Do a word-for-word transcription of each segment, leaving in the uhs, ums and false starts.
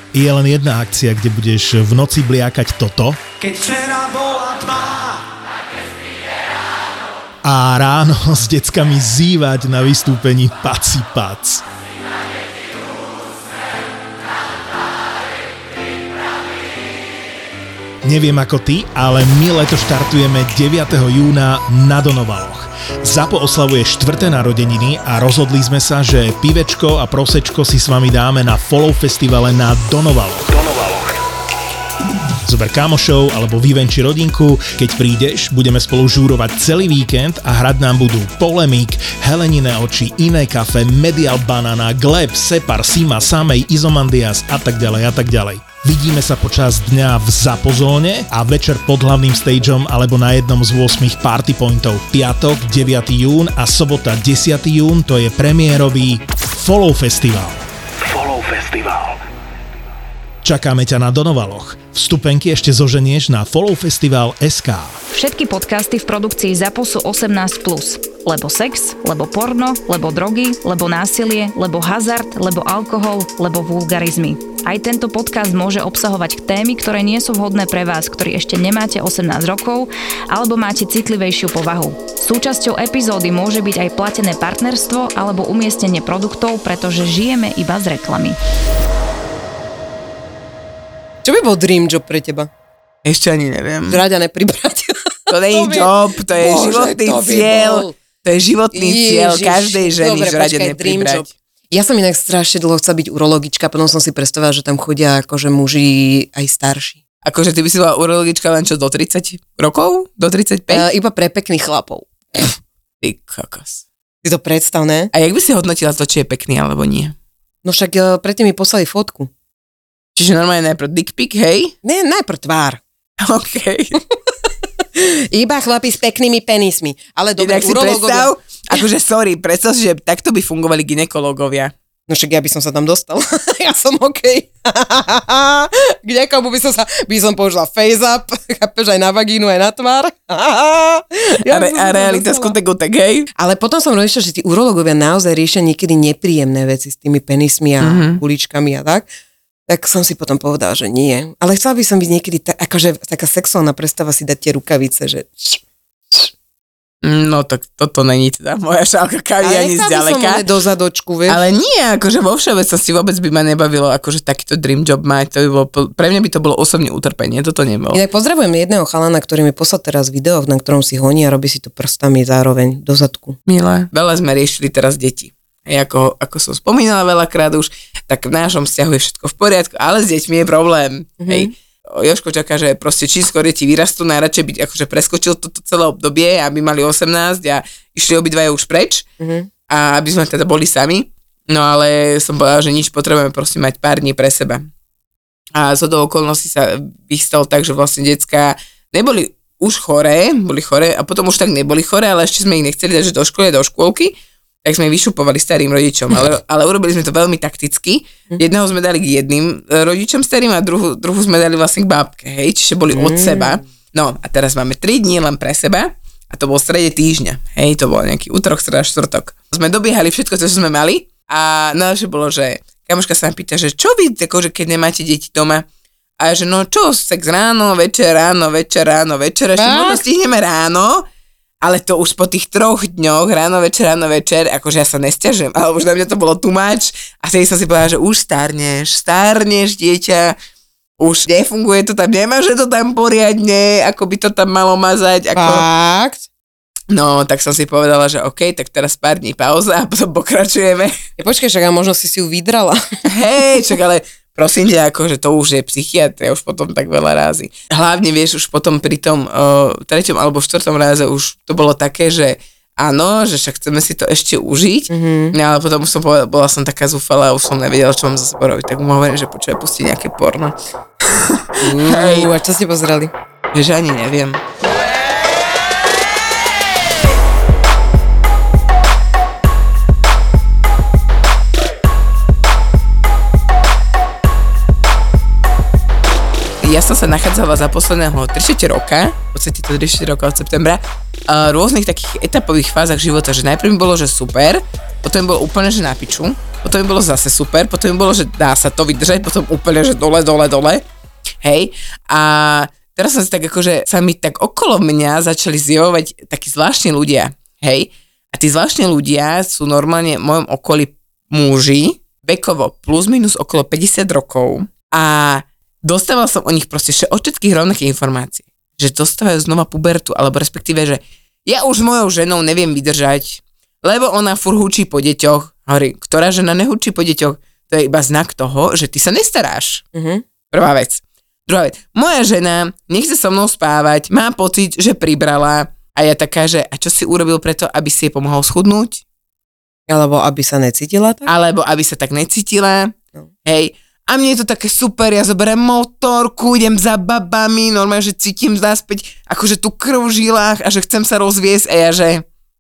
Je len jedna akcia, kde budeš v noci bliakať toto. Keď včera bola tma. A ráno s deckami zývať na vystúpení Paci Pac. Neviem ako ty, ale my leto štartujeme deviateho júna na Donovaloch. Zapo oslavuje štvrté narodeniny a rozhodli sme sa, že pivečko a prosečko si s vami dáme na Follow festivale na Donovaloch. Donovaloch. Zober kamošov alebo vyvenči rodinku, keď prídeš, budeme spolu žúrovať celý víkend a hrať nám budú Polemik, Helenine oči, Iné kafe, Medial Banana, Gleb, Separ, Sima, Samej, Izomandias a tak ďalej a tak ďalej. Vidíme sa počas dňa v Zapozóne a večer pod hlavným stageom alebo na jednom z ôsmich party pointov. Piatok deviateho júna a sobota desiateho júna to je premiérový Follow Festival. Follow Festival. Čakáme ťa na Donovaloch. Vstupenky ešte zoženieš na followfestival bodka es ká. Všetky podcasty v produkcii ZAPO sú osemnásť plus. Lebo sex, lebo porno, lebo drogy, lebo násilie, lebo hazard, lebo alkohol, lebo vulgarizmy. Aj tento podcast môže obsahovať témy, ktoré nie sú vhodné pre vás, ktorí ešte nemáte osemnásť rokov alebo máte citlivejšiu povahu. Súčasťou epizódy môže byť aj platené partnerstvo alebo umiestnenie produktov, pretože žijeme iba z reklamy. Čo by bol dream job pre teba? Ešte ani neviem. Žrať a nepribrať. To nie je job, to je Bože, životný to cieľ. Bol... To je životný Ježiš, cieľ každej ženy dobre, žrať a nepribrať. Ja som inak strašne dlho chcela byť urologička, potom som si predstavila, že tam chodia akože muži aj starší. Akože ty by si bola urologička len čo do tridsať rokov? Do tridsaťpäť? Uh, iba pre pekných chlapov. Ty kokos. Ty to predstav, ne? A jak by si hodnotila to, či je pekný alebo nie? No však uh, predtým mi poslali fotku. Čiže normálne najprv dick pic, hej? Ne, najprv tvár. OK. Iba chlapi s peknými penismi. Ale dobre, urológovia... Akože sorry, predstav si, že takto by fungovali gynekológovia. No však ja by som sa tam dostal. Ja som OK. K niekomu by som sa, by som použila face up, chápeš, aj na vagínu, aj na tvár. Ja a, re, a realita skutek utek, hej? Ale potom som rozlišila, že tí urológovia naozaj riešia niekedy nepríjemné veci s tými penismi a mm-hmm. kuličkami a tak. Tak som si potom povedala, že nie. Ale chcela by som byť niekedy ta, akože taká sexuálna predstava si dať tie rukavice, že... No tak toto není teda moja šálka kávy ani zďaleka. Ale do zadočku, vieš. Ale nie, akože vo všeobecnosti vôbec by ma nebavilo akože takýto dream job mať. To by bolo, pre mňa by to bolo osobne utrpenie, toto nebolo. Inak pozdravujem jedného chalana, ktorý mi poslal teraz video, na ktorom si honí a robí si to prstami zároveň do zadku. Milé. Veľa sme riešili teraz deti. Hej, ako, ako som spomínala veľakrát už, tak v nášom vzťahu je všetko v poriadku, ale s deťmi je problém. Mm-hmm. Hej. Jožko čaká, že proste čím skôr deti vyrastú, najradšej byť akože preskočil toto celé obdobie, aby mali osemnásť a išli obidvaja už preč mm-hmm. a aby sme teda boli sami. No ale som povedala, že nič, potrebujeme proste mať pár dní pre seba. A z hodou okolností sa vystalo tak, že vlastne decká neboli už choré, boli choré a potom už tak neboli choré, ale ešte sme ich nechceli dať do školy, do škôlky. Tak sme ich vyšupovali starým rodičom, ale, ale urobili sme to veľmi takticky. Jedného sme dali k jedným rodičom starým a druhú, druhú sme dali vlastne k bábke, hej, čiže boli od seba. No a teraz máme tri dní len pre seba a to bol v strede týždňa, hej, to bol nejaký útorok, streda, štvrtok. Sme dobiehali všetko, čo sme mali a najlepšie bolo, že kamoška sa nám pýta, že čo vy, akože keď nemáte deti doma? A že no čo, sex ráno, večer, ráno, večer, ráno, večer, ešte možno stihneme ráno. Ale to už po tých troch dňoch, ráno, večer, ráno, večer, akože ja sa nesťažujem, ale už na mňa to bolo too much a vtedy som si povedala, že už starneš, starneš, dieťa, už nefunguje to tam, nemáš to tam poriadne, ako by to tam malo mazať. Ako... Fakt? No, tak som si povedala, že OK, tak teraz pár dní pauza a potom pokračujeme. Ja, počkaj, však a možno si si ju vydrala. Hej, čak, ale... Prosím ťa, akože to už je psychiatria, už potom tak veľa rázy. Hlavne, vieš, už potom pri tom uh, treťom alebo štvrtom ráze už to bolo také, že áno, že však chceme si to ešte užiť, mm-hmm. no, ale potom už som povedala, bola som taká zúfalá a už som nevedela, čo mám zase porobiť, tak mu hovorím, že počujem, pustiť nejaké porno. Hej. A čo ste pozerali? Že ani neviem. Ja som sa nachádzala za posledného tri štyri roka, v podstate to tri štyri roka od septembra, v rôznych takých etapových fázach života, že najprv mi bolo, že super, potom bolo úplne, že na piču, potom mi bolo zase super, potom mi bolo, že dá sa to vydržať, potom úplne, že dole, dole, dole. Hej. A teraz som si tak akože, sa mi tak okolo mňa začali zjavovať takí zvláštni ľudia. Hej. A tí zvláštni ľudia sú normálne v mojom okolí muži, vekovo plus minus okolo päťdesiat rokov a dostával som o nich proste od všetkých rovnaké informácie. Že dostávajú znova pubertu, alebo respektíve, že ja už s mojou ženou neviem vydržať, lebo ona furt hučí po deťoch. Hovorí, ktorá žena nehúči po deťoch, to je iba znak toho, že ty sa nestaráš. Uh-huh. Prvá vec. Druhá vec. Moja žena nechce so mnou spávať, má pocit, že pribrala a ja taká, že a čo si urobil preto, aby si jej pomohol schudnúť? Alebo aby sa necítila tak? Alebo aby sa tak necítila. No. Hej. A mne je to také super, ja zoberiem motorku, idem za babami, normálne, že cítim zaspäť akože tu krv v žilách a že chcem sa rozviesť a ja, že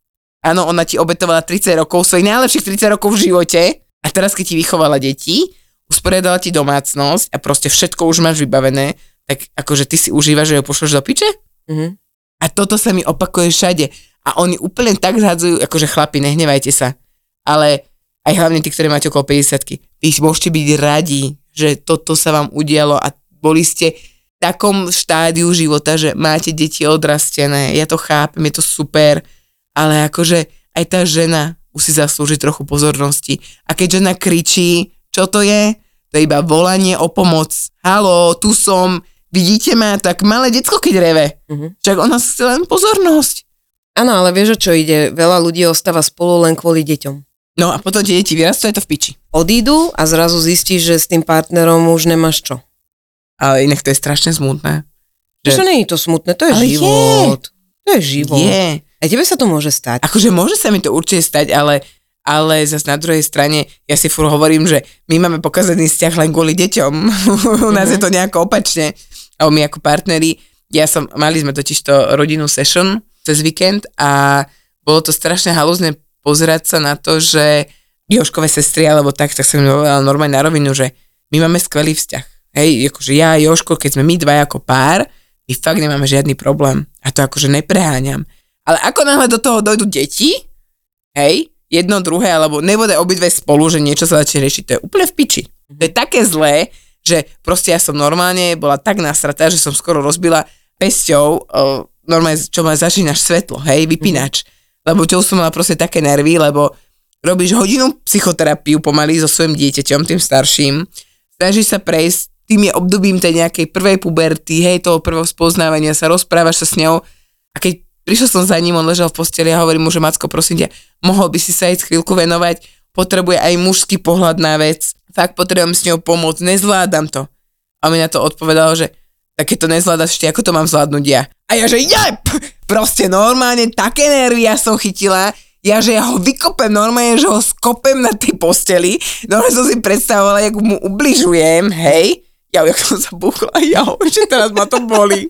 áno, ona ti obetovala tridsať rokov, svojich najlepších tridsať rokov v živote a teraz, keď ti vychovala deti, usporiadala ti domácnosť a proste všetko už máš vybavené, tak akože ty si užívaš, že ho pošleš do piče? Mm-hmm. A toto sa mi opakuje všade. A oni úplne tak zhadzujú, akože chlapi, nehnevajte sa, ale aj hlavne tí, ktorí máte okolo päťdesiatky, vy môžete byť radi, že toto sa vám udialo a boli ste v takom štádiu života, že máte deti odrastené, ja to chápem, je to super, ale akože aj tá žena musí zaslúžiť trochu pozornosti. A keď žena kričí, čo to je? To je iba volanie o pomoc. Haló, tu som, vidíte ma, tak malé decko, keď reve. Uh-huh. Však ona chce len pozornosť. Áno, ale vieš, o čo ide? Veľa ľudí ostáva spolu len kvôli deťom. No a potom tie deti vyrastú, je to v piči. Odídu a zrazu zistíš, že s tým partnerom už nemáš čo. Ale inak to je strašne smutné. Že... To nie je to smutné, to je ale život. Je. To je život. Je. A tebe sa to môže stať. Akože môže sa mi to určite stať, ale, ale zase na druhej strane ja si furt hovorím, že my máme pokazaný vzťah len kvôli deťom. U nás mm-hmm. je to nejako opačne. A my ako partneri, ja som, mali sme totižto rodinnú session cez víkend a bolo to strašne halúzne pozerať sa na to, že Jožkové sestry, alebo tak, tak sa mi povedala normálne na rovinu, že my máme skvelý vzťah. Hej, akože ja a Jožko, keď sme my dva ako pár, my fakt nemáme žiadny problém. A to akože nepreháňam. Ale ako náhle do toho dojdú deti, hej, jedno, druhé, alebo nebude obidve spolu, že niečo sa začne riešiť, to je úplne v piči. To je také zlé, že proste ja som normálne bola tak nasratá, že som skoro rozbila pesťou, uh, normálne, čo má začínaš svetlo, hej, vypínač. Mm. Lebo čo som mala proste také nervy, lebo robíš hodinu psychoterapiu pomaly so svojím dieťaťom, tým starším, snažíš sa prejsť tým je obdobím tej nejakej prvej puberty, hej, toho prvého spoznávania, sa rozprávaš sa s ňou a keď prišiel som za ním, on ležal v posteli a hovorím mu, že Macko, prosím ťa, mohol by si sa aj chvíľku venovať, potrebuje aj mužský pohľad na vec, fakt potrebujem s ňou pomôcť, nezvládam to. A mi na to odpovedal, že tak keď to nezvládaš ešte, ako to mám zvládnuť ja? A ja, že jep! Proste normálne také nervy ja som chytila, ja, že ja ho vykopem normálne, že ho skopem na tej posteli, normálne som si predstavovala, jak mu ubližujem, hej? Ja, jak som sa buchla, ja, že teraz ma to boli.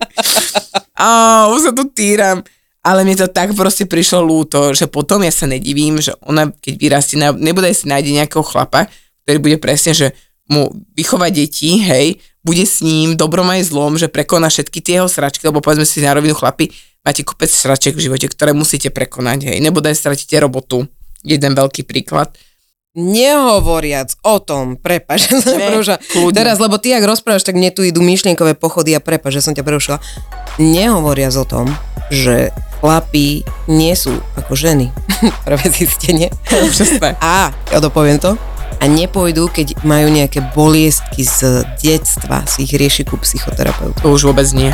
A už sa tu týram. Ale mne to tak proste prišlo ľúto, že potom ja sa nedivím, že ona, keď vyrastie, nebude si nájde nejakého chlapa, ktorý bude presne, že mu vychová deti, hej, bude s ním dobrom aj zlom, že prekoná všetky tie jeho sračky, lebo povedzme si na rovinu chlapi, máte kopec sraček v živote, ktoré musíte prekonať, hej, nebodaj stratíte robotu. Jeden veľký príklad. Nehovoriac o tom, prepáč, že som ťa prerušila. Teraz, lebo ty, ak rozprávaš, tak mne tu idú myšlienkové pochody a prepáč, že som ťa prerušila. Nehovoriac o tom, že chlapí nie sú ako ženy. Prvé zistenie. A, ja dopoviem to. A nepôjdu, keď majú nejaké boliestky z detstva, si ich rieši ku psychoterapeutu. To už vôbec nie.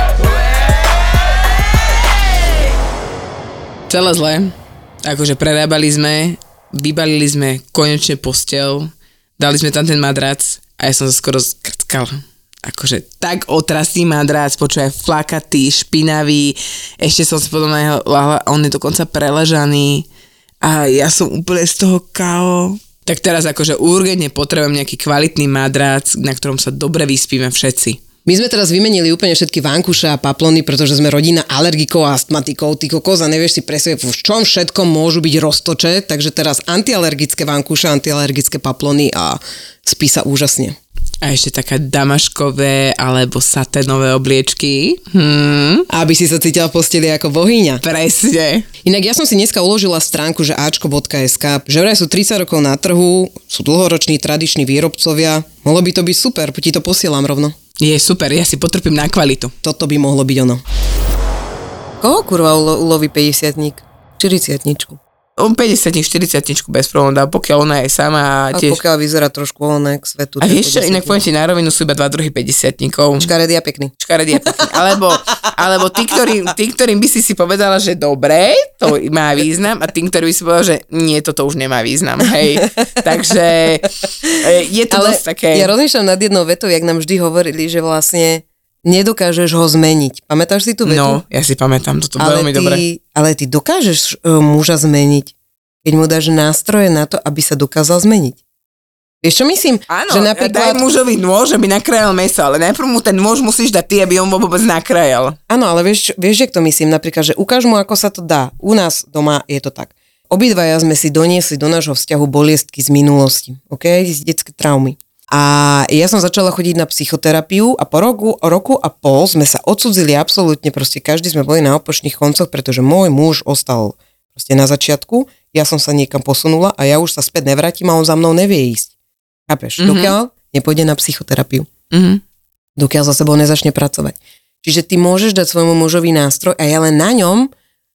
Celé zlé. Akože prerábali sme, vybalili sme konečne posteľ, dali sme tam ten madrac a ja som sa skoro skrckal. Akože tak otrasný madrac, počúvaj, flakatý, špinavý, ešte som si potom na jeho lahla a on je dokonca preležaný a ja som úplne z toho ká ó. Tak teraz akože urgentne potrebujem nejaký kvalitný madrac, na ktorom sa dobre vyspíme všetci. My sme teraz vymenili úplne všetky vankuše a paplony, pretože sme rodina alergikov a astmatikov. Ty kokos a nevieš si presvedčiť, v čom všetkom môžu byť roztoče, takže teraz antialergické vankuše, antialergické paplony a spí sa úžasne. A ešte taká damaškové alebo saténové obliečky. Hmm. Aby si sa cítila v posteli ako bohyňa. Presne. Inak ja som si dneska uložila stránku, že áčko bodka es ká, že vraj sú tridsať rokov na trhu, sú dlhoroční tradiční výrobcovia. Mohlo by to byť super, ti to posielam rovno. Je super, ja si potrpím na kvalitu. Toto by mohlo byť ono. Koho kurva ulo- uloví päťdesiatnik? štyridsiatničku. päťdesiat štyridsiatničku bez problémov dá, pokiaľ ona je sama. A tiež... pokiaľ vyzerá trošku oné k svetu. A vieš čo, inak poviem ti na rovinu, sú iba dva druhy päťdesiatnikov. Škaredý a pekný. Škaredý a pekný. Alebo, alebo tí, ktorým, tí, ktorým by si si povedala, že dobre, to má význam, a tým, ktorým by si povedala, že nie, toto už nemá význam. Hej. Takže je to ale dosť také... Ja rozmýšľam nad jednou vetou, jak nám vždy hovorili, že vlastne nedokážeš ho zmeniť. Pamätáš si tú vetu? No, ja si pamätám, toto ale veľmi ty, dobre. Ale ty dokážeš uh, muža zmeniť, keď mu dáš nástroje na to, aby sa dokázal zmeniť. Vieš čo myslím? Áno, že napríklad... daj mužovi nôž, aby nakrájal mäso, ale najprv mu ten nôž musíš dať ty, aby on vôbec nakrájal. Áno, ale vieš, vieš, jak to myslím? Napríklad, že ukáž mu, ako sa to dá. U nás doma je to tak. Obidvaja sme si doniesli do nášho vzťahu boliestky z minulosti, ok? Z detské traumy. A ja som začala chodiť na psychoterapiu a po roku, roku a pol sme sa odsudzili absolútne, proste každý sme boli na opočných koncoch, pretože môj muž ostal proste na začiatku, ja som sa niekam posunula a ja už sa späť nevrátim a on za mnou nevie ísť. Chápeš? Mm-hmm. Dokiaľ nepôjde na psychoterapiu. Mm-hmm. Dokiaľ za sebou nezačne pracovať. Čiže ty môžeš dať svojmu mužovi nástroj a ja len na ňom,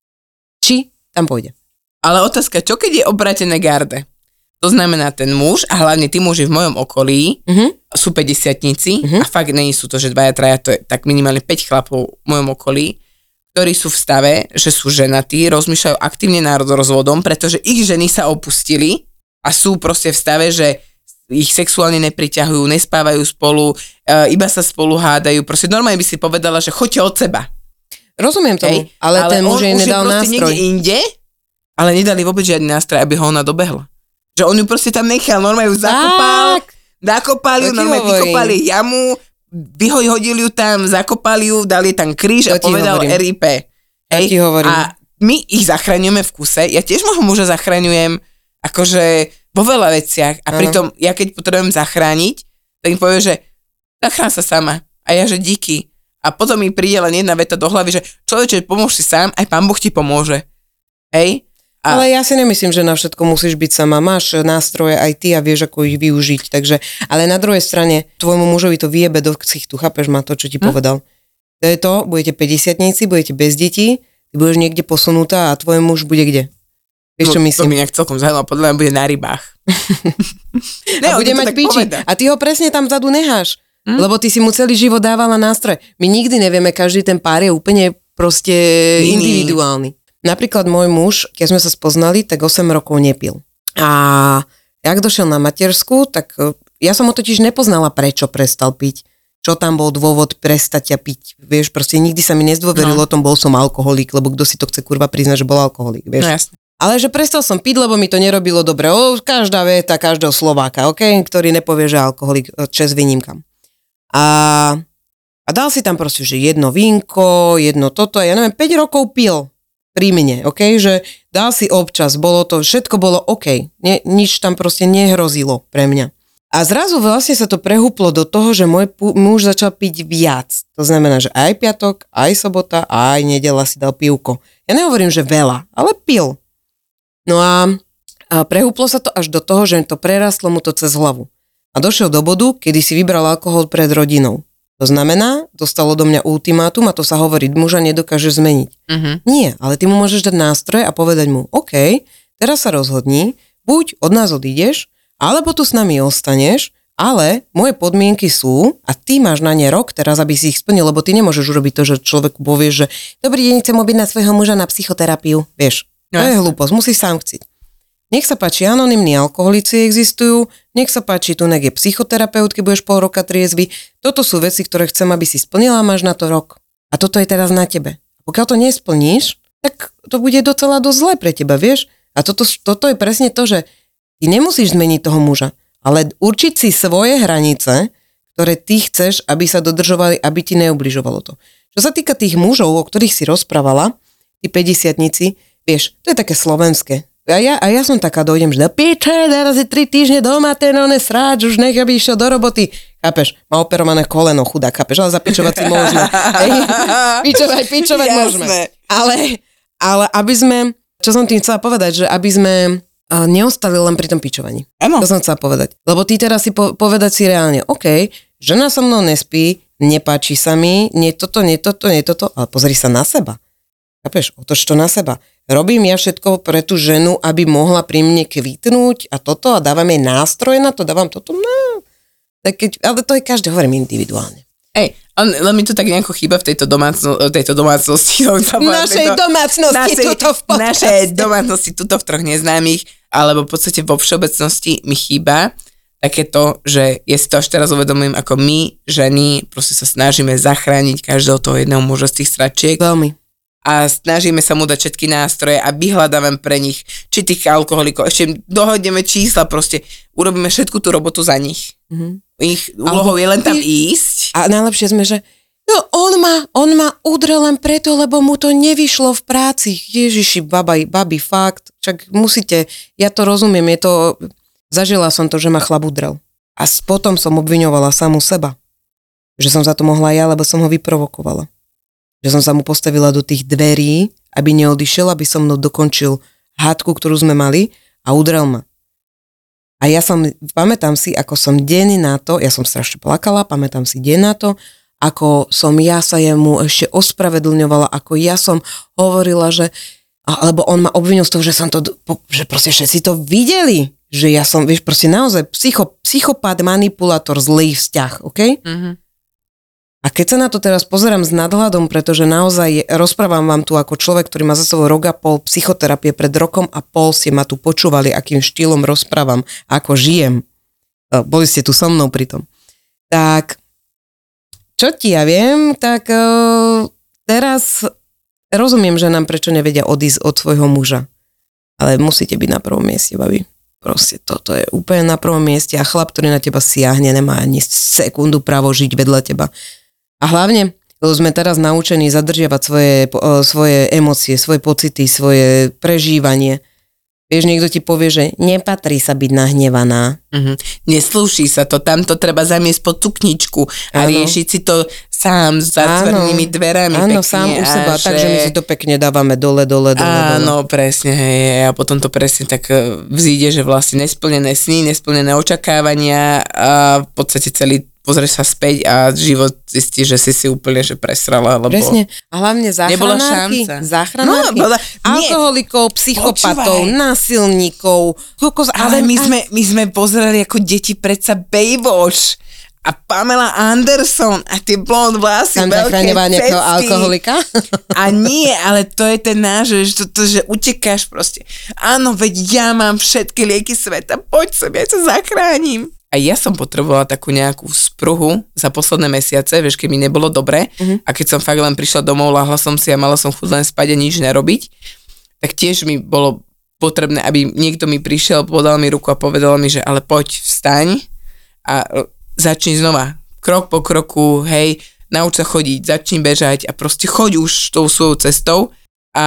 či tam pôjde. Ale otázka, čo keď je obratené garde? To znamená, ten muž, a hlavne tí muži v mojom okolí, uh-huh. sú päťdesiatnici uh-huh. a fakt nie sú to, že dvaja, traja, to je tak minimálne päť chlapov v mojom okolí, ktorí sú v stave, že sú ženatí, rozmýšľajú aktívne nad rozvodom, pretože ich ženy sa opustili a sú proste v stave, že ich sexuálne nepriťahujú, nespávajú spolu, e, iba sa spolu hádajú. Proste normálne by si povedala, že choďte od seba. Rozumiem tomu, Hej, ale, ale ten muž jej nedal nástroj. Ale on už je proste niekde inde, ale nedali vôbec žiadny nástroj, aby ho ona dobehla. Že on ju proste tam nechal, normálne ju zakopal, tak. zakopal ju, normálne vykopali jamu, vyhodili ju tam, zakopali ju, dali tam kríž to a povedal hovorím. er í pé. Hej? A my ich zachraňujeme v kuse, ja tiež môjho muža zachraňujem akože vo veľa veciach a pritom ja keď potrebujem zachrániť, tak im povie, že zachrán sa sama. A ja, že díky. A potom mi príde len jedna veta do hlavy, že človeče, pomôž si sám, aj Pán Boh ti pomôže. Hej? A... Ale ja si nemyslím, že na všetko musíš byť sama. Máš nástroje aj ty a vieš, ako ich využiť. Takže, ale na druhej strane, tvojmu mužovi to vyjebe do ksichtu. Chápeš ma to, čo ti hm? povedal? To je to, budete päťdesiatnici, budete bez detí, ty budeš niekde posunutá a tvoj muž bude kde? Vieš, čo no, myslím? To mi nejak celkom zaujímavé, podľa mňa bude na rybách. ne, a bude mať píči. A ty ho presne tam vzadu necháš. Hm? Lebo ty si mu celý život dávala nástroje. My nikdy nevieme, každý ten pár je úplne proste Iný. individuálny. Napríklad môj muž, keď sme sa spoznali, tak osem rokov nepil. A jak došiel na matersku, tak ja som ho totiž nepoznala, prečo prestal piť. Čo tam bol dôvod prestať a piť. Vieš, proste nikdy sa mi nezdôverilo no. o tom, bol som alkoholík, lebo kto si to chce kurva priznať, že bol alkoholík, vieš. No jasne. Ale že prestal som piť, lebo mi to nerobilo dobre. O, každá veta, každého Slováka, okay? Ktorý nepovie, že alkoholík, čes výnimkam. A, a dal si tam proste, že jedno vínko, jedno toto, ja neviem, päť rokov pil. Pri mne, ok, že dal si občas, bolo to, všetko bolo ok, ne, nič tam proste nehrozilo pre mňa. A zrazu vlastne sa to prehúplo do toho, že môj muž začal piť viac. To znamená, že aj piatok, aj sobota, aj nedeľa si dal pivko. Ja nehovorím, že veľa, ale pil. No a, a prehúplo sa to až do toho, že to prerastlo mu to cez hlavu. A došiel do bodu, kedy si vybral alkohol pred rodinou. To znamená, dostalo do mňa ultimátum a to sa hovorí, muža nedokáže zmeniť. Uh-huh. Nie, ale ty mu môžeš dať nástroje a povedať mu, OK, teraz sa rozhodni, buď od nás odídeš, alebo tu s nami ostaneš, ale moje podmienky sú a ty máš na ne rok teraz, aby si ich splnil, lebo ty nemôžeš urobiť to, že človeku povieš, že dobrý deň, chcem objednať svojho muža na psychoterapiu. Vieš, to no, je hlúposť, musíš sám chcieť. Nech sa páči, anonymní alkoholici existujú, nech sa páči, tu nek je psychoterapeut, keď budeš pol roka triezvy. Toto sú veci, ktoré chcem, aby si splnila, máš na to rok. A toto je teraz na tebe. A pokiaľ to nesplníš, tak to bude docela dosť zlé pre teba, vieš? A toto, toto je presne to, že ty nemusíš zmeniť toho muža, ale určiť si svoje hranice, ktoré ty chceš, aby sa dodržovali, aby ti neubližovalo to. Čo sa týka tých mužov, o ktorých si rozprávala, tí päťdesiatnici, vieš, to je také slovenské. A ja, a ja som taká, dojdem, že do piče, teraz je tri týždne doma, ten on je sráč, už nech aby išiel do roboty. Chápeš? Má operované koleno, chudák, chápeš? Ale zapičovať si môžeme. Pičovať, pičovať môžeme. Ale, ale aby sme, čo som tým chcela povedať, že aby sme uh, neostali len pri tom pičovaní. Áno. To som chcela povedať. Lebo ty teraz si po, povedať si reálne, OK, žena so mnou nespí, nepáči sa mi, nie toto, nie toto, nie toto, ale pozri sa na seba. Chápeš? Otoč to na seba. Robím ja všetko pre tú ženu, aby mohla pri mne kvitnúť a toto a dávam jej nástroje na to, dávam toto, no. Tak keď, ale to je každý, hovorím individuálne. Hej, len mi to tak nejako chýba v tejto, domácno, tejto domácnosti. No, našej tejto, domácnosti našej, tuto v podcaste. Našej domácnosti tuto v troch neznámych, alebo v podstate vo všeobecnosti mi chýba také to, že ja si to až teraz uvedomujem, ako my, ženy, proste sa snažíme zachrániť každého toho jedného muža z tých sračiek. Veľmi. A snažíme sa mu dať všetky nástroje a vyhľadávame pre nich, či tých alkoholikov, ešte dohodneme čísla, proste urobíme všetku tú robotu za nich. Mm-hmm. Ich úlohou je len tam ísť. A najlepšie sme, že no on ma, on ma udrel len preto, lebo mu to nevyšlo v práci. Ježiši, babi, babi, fakt. Však musíte, ja to rozumiem, je to, zažila som to, že ma chlap udrel. A potom som obviňovala samu seba. Že som za to mohla ja, lebo som ho vyprovokovala. Že som sa mu postavila do tých dverí, aby neodišiel, aby som mnou dokončil hádku, ktorú sme mali a udrel ma. A ja som, pamätám si, ako som deň na to, ja som strašne plakala, pamätám si deň na to, ako som ja sa jemu ešte ospravedlňovala, ako ja som hovorila, že, alebo on ma obvinil z toho, že som to, že proste všetci to videli, že ja som, vieš, proste naozaj psycho, psychopat, manipulátor, zlý vzťah, okej? Okay? Mm-hmm. A keď sa na to teraz pozerám s nadhľadom, pretože naozaj rozprávam vám tu ako človek, ktorý má za sebou rok a pol psychoterapie, pred rokom a pol ste ma tu počúvali, akým štýlom rozprávam, ako žijem. Boli ste tu so mnou pri tom. Tak, čo ti ja viem, tak uh, teraz rozumiem, že nám prečo nevedia odísť od svojho muža. Ale musíte byť na prvom mieste, babi. Proste toto je úplne na prvom mieste a chlap, ktorý na teba siahne, nemá ani sekundu právo žiť vedľa teba. A hlavne, lebo sme teraz naučení zadržiavať svoje, svoje emócie, svoje pocity, svoje prežívanie. Vieš, niekto ti povie, že nepatrí sa byť nahnevaná. Mm-hmm. Neslúši sa to, tam to treba zamiesť pod cukničku a ano. Riešiť si to sám s zatvorenými dverami. Áno, sám u seba, že... takže my si to pekne dávame dole, dole, dole. Áno, dole. Presne, hej, a potom to presne tak vzíde, že vlastne nesplnené sny, nesplnené očakávania a v podstate celý pozrieš sa späť a život zistí, že si si úplne že presrala. Lebo presne. A hlavne záchranárky, záchranárky, no, bola, alkoholikov, psychopatov, počúvaj. Násilníkov. Kokos, ale my sme, my sme pozerali ako deti predsa Baywatch a Pamela Anderson a tie blond vlasy, tam veľké nejakého alkoholika? A nie, ale to je ten náš, že, to, to, že utekáš proste. Áno, veď ja mám všetky lieky sveta, poď sem, ja sa zachránim. A ja som potrebovala takú nejakú spruhu za posledné mesiace, vieš, keď mi nebolo dobre uh-huh. a keď som fakt len prišla domov, ľahla som si a mala som chuť len spať a nič nerobiť, tak tiež mi bolo potrebné, aby niekto mi prišiel, podal mi ruku a povedal mi, že ale poď, vstaň a začni znova. Krok po kroku, hej, nauč sa chodiť, začni bežať a proste choď už tou svojou cestou. A,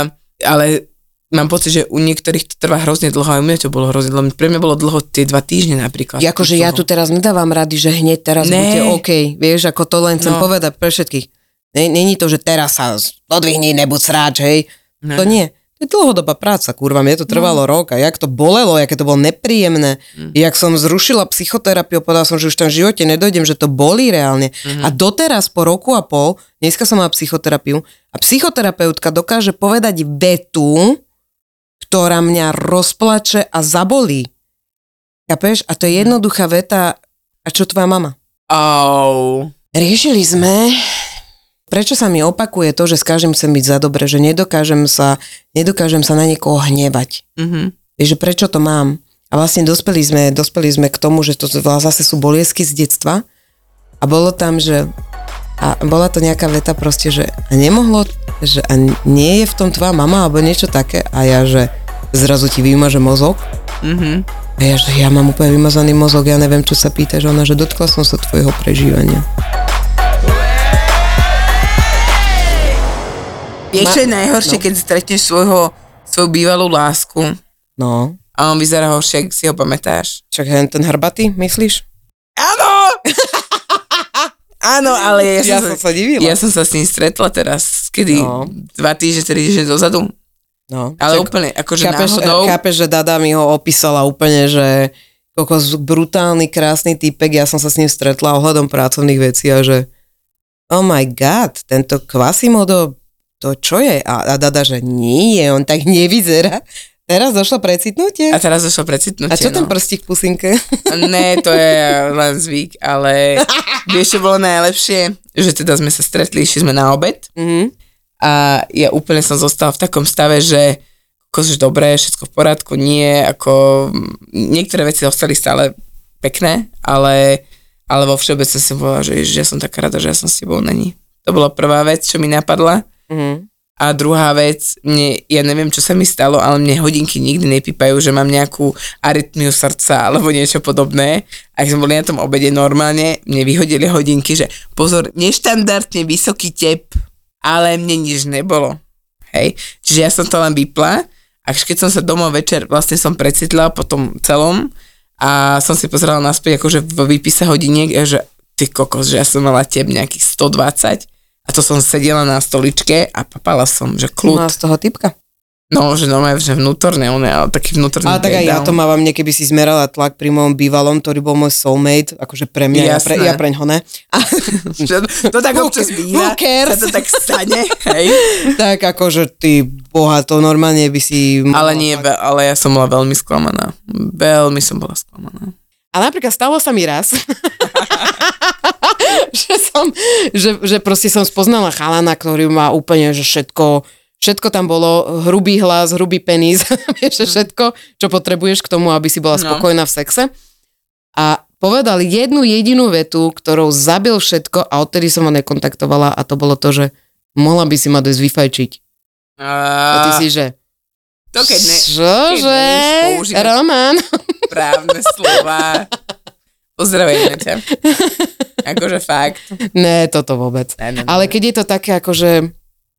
ale mám pocit, že u niektorých to trvá hrozne dlho, a u mňa to bolo hrozne dlho. Pre mňa bolo dlho tie dva týždne napríklad. Akože ja tu teraz nedávam rady, že hneď teraz buďte OK. Vieš, ako to len chcem no. povedať pre všetkých. Není to, že teraz sa odvihni, nebuď sráč, hej. Ne. To nie. To je dlhodobá práca, kurva. Mne to trvalo no. rok a jak to bolelo, jaké to bolo nepríjemné. Mm. Jak som zrušila psychoterapiu, povedala som, že už tam v živote nedojdem, že to bolí reálne. Mm. A doteraz po roku a pol, dneska som mala psychoterapiu a psychoterapeutka dokáže povedať vetu, ktorá mňa rozplače a zabolí. Chápeš? A to je jednoduchá veta. A čo tvoja mama? Oh. Riešili sme, prečo sa mi opakuje to, že s každým chcem byť za dobre, že nedokážem sa, nedokážem sa na niekoho hnevať. Mm-hmm. Vieš, že prečo to mám? A vlastne dospeli sme, dospeli sme k tomu, že to zase sú boliesky z detstva. A bolo tam, že a bola to nejaká veta proste, že a nemohlo, že a nie je v tom tvoja mama alebo niečo také a ja, že zrazu ti vymaže mozog. Mm-hmm. A ja, že ja mám úplne vymazaný mozog, ja neviem, čo sa pýtaš, ona, že dotkla som sa tvojho prežívania. Vieš, čo je najhoršie, no. keď stretneš svojho, svoju bývalú lásku. No. A on vyzerá horšie, ak si ho pamätáš. Však ten hrbatý, myslíš? Áno! Áno, ale ja, ja som, som sa divila. Ja som sa s ním stretla teraz, kedy No. dva týždne, tri týždne dozadu. No. Ale Čak, úplne, akože chápeš, náhodou. chápeš, že Dada mi ho opísala úplne, že kokos brutálny, krásny typek, ja som sa s ním stretla ohľadom pracovných vecí a že oh my god, tento Quasimodo, to čo je? A, a Dada, že nie, on tak nevyzerá. Teraz došlo precitnutie. A teraz došlo precitnutie, A čo no. ten prstík v pusinke? Ne, to je len zvyk, ale vieš, čo bolo najlepšie? Že teda sme sa stretli, išli sme na obed Mhm. a ja úplne som zostala v takom stave, že akože dobré, všetko v poriadku, nie, ako niektoré veci ostali stále pekné, ale, ale vo všeobecne som povedala, že ježiš, ja som taká rada, že ja som s tebou není. To bola prvá vec, čo mi napadla. Mhm. A druhá vec, mne, ja neviem, čo sa mi stalo, ale mne hodinky nikdy nepípajú, že mám nejakú arytmiu srdca alebo niečo podobné. Ak sme boli na tom obede normálne, mne vyhodili hodinky, že pozor, neštandardne vysoký tep, ale mne nič nebolo. Hej, čiže ja som to len vypla, až keď som sa domov večer, vlastne som precitla po tom celom a som si pozerala naspäť akože v výpise hodiniek, že ty kokos, že ja som mala tep nejakých sto dvadsať. A to som sedela na stoličke a papala som, že kľud. No, z toho typka. No, že normálne, že vnútorne, on je ale taký vnútorný Ale tak aj ja to mávam, mne keby si zmerala tlak pri mojom bývalom, ktorý bol môj soulmate, akože pre mňa, ja, pre, ja preň ho ne. to, to tak občas býva, sa to tak stane, hej. Tak akože ty, boha, to normálne by si... Ale nie, tak... ale ja som bola veľmi sklamaná. Veľmi som bola sklamaná. A napríklad stalo sa mi raz, že som, že, že proste som spoznala chalana, ktorý má úplne, že všetko, všetko tam bolo, hrubý hlas, hrubý penis, vieš, všetko, čo potrebuješ k tomu, aby si bola spokojná v sexe. A povedal jednu jedinú vetu, ktorou zabil všetko a odtedy som ho nekontaktovala a to bolo to, že mohla by si ma dojsť vyfajčiť. A, a ty si, že to keď ne, čože? Roman? Správne slova. Pozdravujeme ťa. Akože fakt. Ne, toto vôbec. Ne, ne, ne. Ale keď je to také akože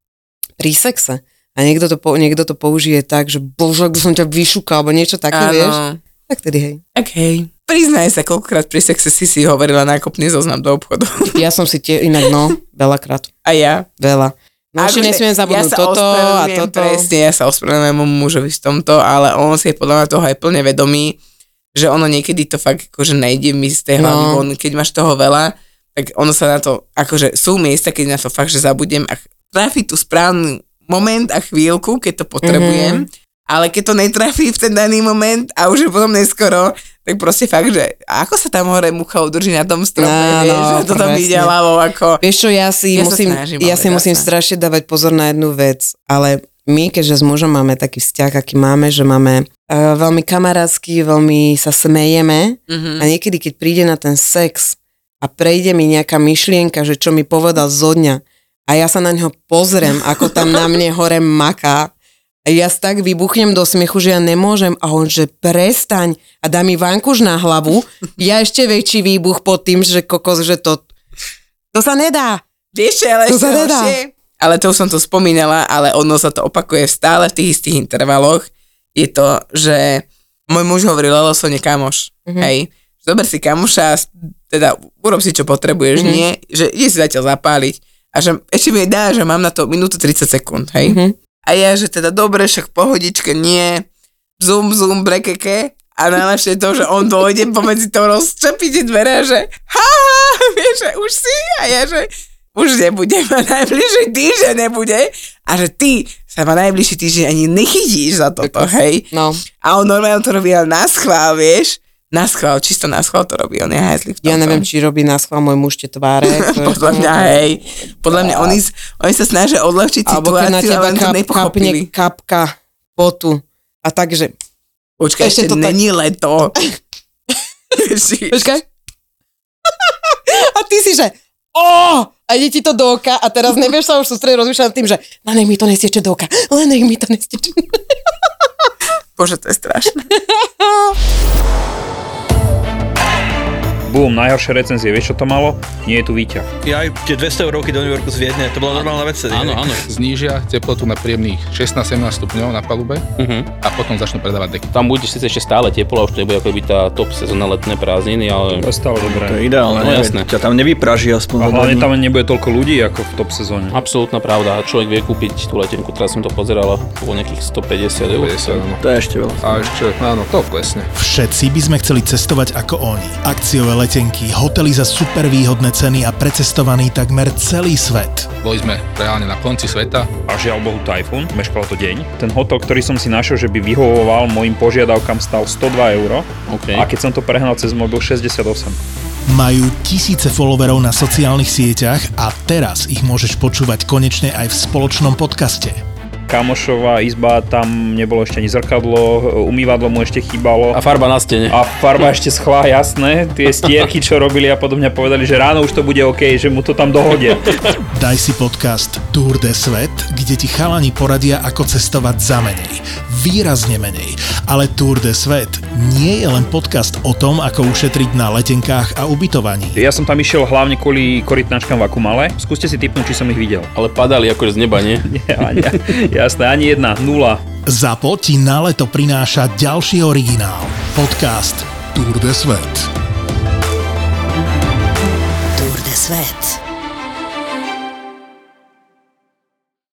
pri sexe a niekto to, po, niekto to použije tak, že bože, ak by som ťa vyšúkal, alebo niečo také, áno. Vieš, tak tedy hej. Tak hej. Priznaj sa, koľkokrát pri sexe si si hovorila nákupný zoznam do obchodu. Ja som si tie, inak no, veľakrát. A ja? Veľa. No ešte nesmiem zabudnúť ja toto a toto. Presne, ja sa ospravedlňujem môjmu mužovi v tomto, ale on si je podľa mňa toho aj plne vedomý, že ono niekedy to fakt akože nejde mi z tej hlavy no. von, keď máš toho veľa, tak ono sa na to, akože sú miesta, keď na to fakt, že zabudnem a trafi tú správny moment a chvíľku, keď to potrebujem, mm-hmm. ale keď to netrafí v ten daný moment a už je potom neskoro, tak proste fakt, že ako sa tam hore mucha udrží na tom strome, no, vieš, no, že to tam ide ľavou, ako... Vieš čo, ja si ja musím, snažím, ja si musím strašne dávať pozor na jednu vec, ale my, keďže s mužom máme taký vzťah, aký máme, že máme uh, veľmi kamarátsky, veľmi sa smejeme mm-hmm. a niekedy, keď príde na ten sex a prejde mi nejaká myšlienka, že čo mi povedal zo dňa a ja sa na ňo pozriem, ako tam na mne hore maká, a ja tak vybuchnem do smiechu, že ja nemôžem a on, že prestaň a dá mi vankuš na hlavu, ja ešte väčší výbuch pod tým, že kokos, že to to sa nedá. Vieš, ale to sa nedá. Ale to už som to spomínala, ale ono sa to opakuje stále v tých istých intervaloch. Je to, že môj muž hovoril losovne kamoš, mm-hmm. hej, zober si kamoša, teda urob si, čo potrebuješ, mm-hmm. nie, že ide si zatiaľ zapáliť a že ešte mi dá, že mám na to minútu tridsať sekúnd, hej. Mm-hmm. A ja, že teda dobre, však pohodičke, nie, zoom, zoom, brekeke a najlepšie to, že on dojde pomedzi to rozčepí tie dvere a že ha, vieš, že už si a ja, že už nebude, ma najbližší týždeň nebude a že ty sa ma najbližší týždeň ani nechytíš za toto, hej. No. A on normálne to robí na schvál, vieš. Na schvál, čisto na schvál to robí, on je hajzlík v tomto. Ja neviem, či robí na schvál môj muž tie tváre. Podľa mňa, hej. Podľa mňa, oni, oni sa snažia odľahčiť situáciu, ale len to nepochopili. Kapka potu. A takže... Počkaj, ešte, ešte to není tak... leto. Počkaj. A ty si, že ó, a ide ti to do oka a teraz nevieš sa už sústrediť, rozmýšľať nad tým, že len nech mi to nestieče do oka, len nech mi to nestieče. Bože, to je strašné. Bum, najhoršie recenzie, vieš čo to malo? Nie je tu výťah. Ja aj tie dvesto eurovky do New Yorku z Viedne, to bola normálna vec. Áno, áno. Znížia teplotu na príjemných šestnásť sedemnásť stupňov na palube uh-huh. a potom začnú predávať deky. Tam bude síce ešte stále teplo, už to nebude ako byť tá top sezóna letné prázdniny, ale... To je stále dobré. To je ideálne, no, jasné. Ťa tam nevypraží aspoň. A hlavne tam nebude toľko ľudí ako v top sezóne. Absolútna pravda. Človek vie kúpiť tú letenku, teraz som to pozeral, bolo nejakých stopäťdesiat eur. To je ešte veľa. A ešte, áno, to klesne. Všetci by sme chceli cestovať ako oni. Akciové letenky, hotely za super výhodné ceny a precestovaný takmer celý svet. Boli sme reálne na konci sveta. A žiaľ Bohu tajfún, meškalo to deň. Ten hotel, ktorý som si našiel, že by vyhovoval mojim požiadavkám, stal sto dva euro. Okay. A keď som to prehnal cez mobil, šesťdesiatosem. Majú tisíce followerov na sociálnych sieťach a teraz ich môžeš počúvať konečne aj v spoločnom podcaste. Kamošová izba, tam nebolo ešte ani zrkadlo, umývadlo mu ešte chýbalo. A farba na stene. A farba ešte schla, jasné. Tie stierky, čo robili a potom mňa povedali, že ráno už to bude OK, že mu to tam dohodia. Daj si podcast Tour de Svet, kde ti chalani poradia, ako cestovať za menej. Výrazne menej. Ale Tour de Svet nie je len podcast o tom, ako ušetriť na letenkách a ubytovaní. Ja som tam išiel hlavne kvôli korytnačkám v Akumale. Skúste si tipnúť, či som ich videl. Ale padali akože z neba, nie? Nie, ani, jasné, ani jedna, nula. Zapo ti na leto prináša ďalší originál. Podcast Tour de Svet. Tour de Svet.